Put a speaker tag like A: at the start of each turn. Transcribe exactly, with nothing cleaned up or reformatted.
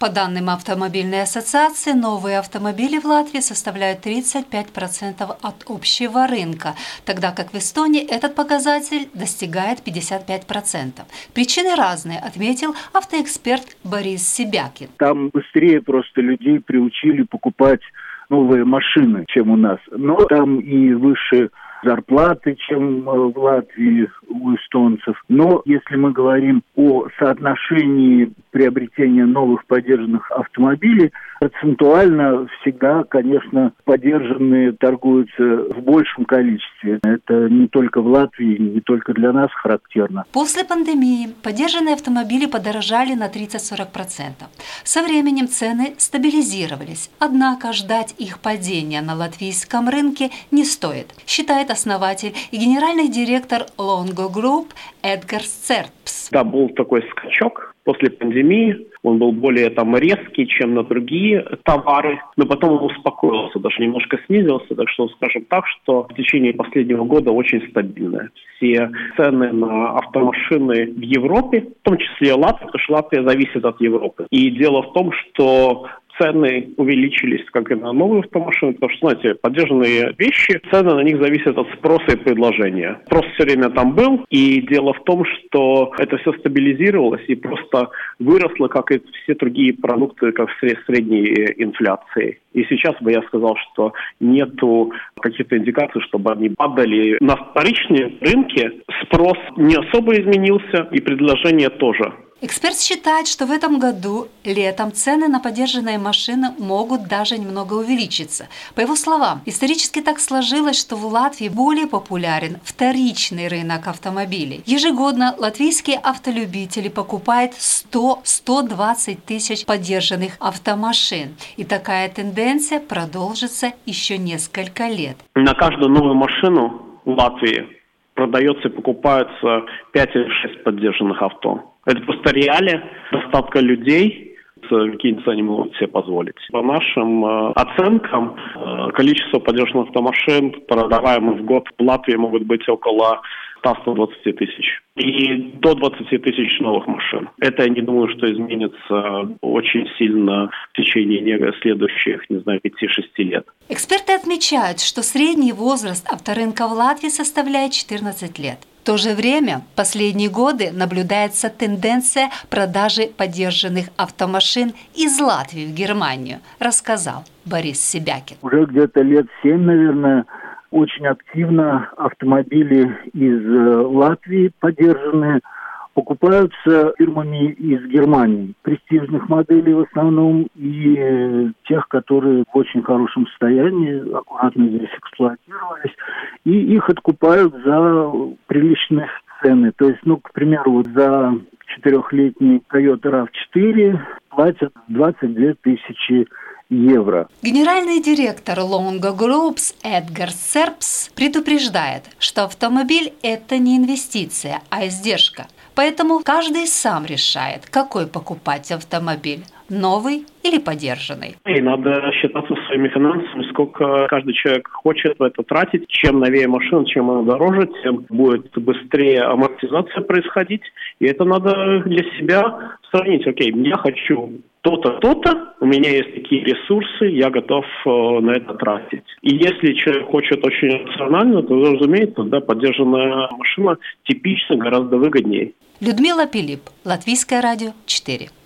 A: По данным Автомобильной ассоциации, новые автомобили в Латвии составляют тридцать пять процентов от общего рынка, тогда как в Эстонии этот показатель достигает пятьдесят пять процентов. Причины разные, отметил автоэксперт Борис Себякин.
B: Там быстрее просто людей приучили покупать новые машины, чем у нас. Но там и выше зарплаты, чем в Латвии у эстонцев. Но если мы говорим о соотношении приобретения новых подержанных автомобилей, процентуально всегда, конечно, подержанные торгуются в большем количестве. Это не только в Латвии, не только для нас характерно.
A: После пандемии подержанные автомобили подорожали на тридцать-сорок процентов. Со временем цены стабилизировались, однако ждать их падения на латвийском рынке не стоит, считает основатель и генеральный директор Longo Group Эдгар Церпс.
C: Да, был такой скачок после пандемии. Он был более там резкий, чем на другие товары, но потом он успокоился, даже немножко снизился, так что скажем так, что в течение последнего года очень стабильно. Все цены на автомашины в Европе, в том числе Латвия, потому что Латвия зависит от Европы. И дело в том, что цены увеличились как и на новые автомашины, потому что, знаете, подержанные вещи, цены на них зависят от спроса и предложения. Спрос все время там был, и дело в том, что это все стабилизировалось и просто выросло, как и все другие продукты, как в средней инфляции. И сейчас бы я сказал, что нету каких-то индикаций, чтобы они падали. На вторичном рынке спрос не особо изменился, и предложение тоже.
A: Эксперт считает, что в этом году летом цены на подержанные машины могут даже немного увеличиться. По его словам, исторически так сложилось, что в Латвии более популярен вторичный рынок автомобилей. Ежегодно латвийские автолюбители покупают сто - сто двадцать тысяч подержанных автомашин. И такая тенденция продолжится еще несколько лет.
C: На каждую новую машину в Латвии продается и покупается пять или шесть подержанных авто. Это просто реалия, достатка людей, какие цены могут себе позволить. По нашим э, оценкам, э, количество подержанных автомашин, продаваемых в год в Латвии, могут быть около ста - ста двадцати тысяч. И до двадцати тысяч новых машин. Это, я не думаю, что изменится очень сильно в течение следующих, не знаю, пяти-шести лет.
A: Эксперты отмечают, что средний возраст авторынка в Латвии составляет четырнадцать лет. В то же время в последние годы наблюдается тенденция продажи подержанных автомашин из Латвии в Германию, рассказал Борис Себякин.
B: Уже где-то лет семь, наверное, очень активно автомобили из Латвии подержанные покупаются фирмами из Германии. Престижных моделей в основном и тех, которые в очень хорошем состоянии, аккуратно здесь эксплуатировались. И их откупают за приличные цены. То есть, ну, к примеру, вот за четырехлетний Toyota рав четыре платят двадцать две тысячи евро.
A: Генеральный директор Longo Group Эдгар Церпс предупреждает, что автомобиль – это не инвестиция, а издержка. Поэтому каждый сам решает, какой покупать автомобиль – новый или подержанный.
C: И надо считаться своими финансами, сколько каждый человек хочет в это тратить. Чем новее машина, чем она дороже, тем будет быстрее амортизация происходить. И это надо для себя сравнить. Окей, я хочу то-то, то-то, у меня есть такие ресурсы, я готов э, на это тратить. И если человек хочет очень рационально, то, разумеется, да, подержанная машина типично гораздо выгоднее.
A: Людмила Пилип, Латвийское радио четыре.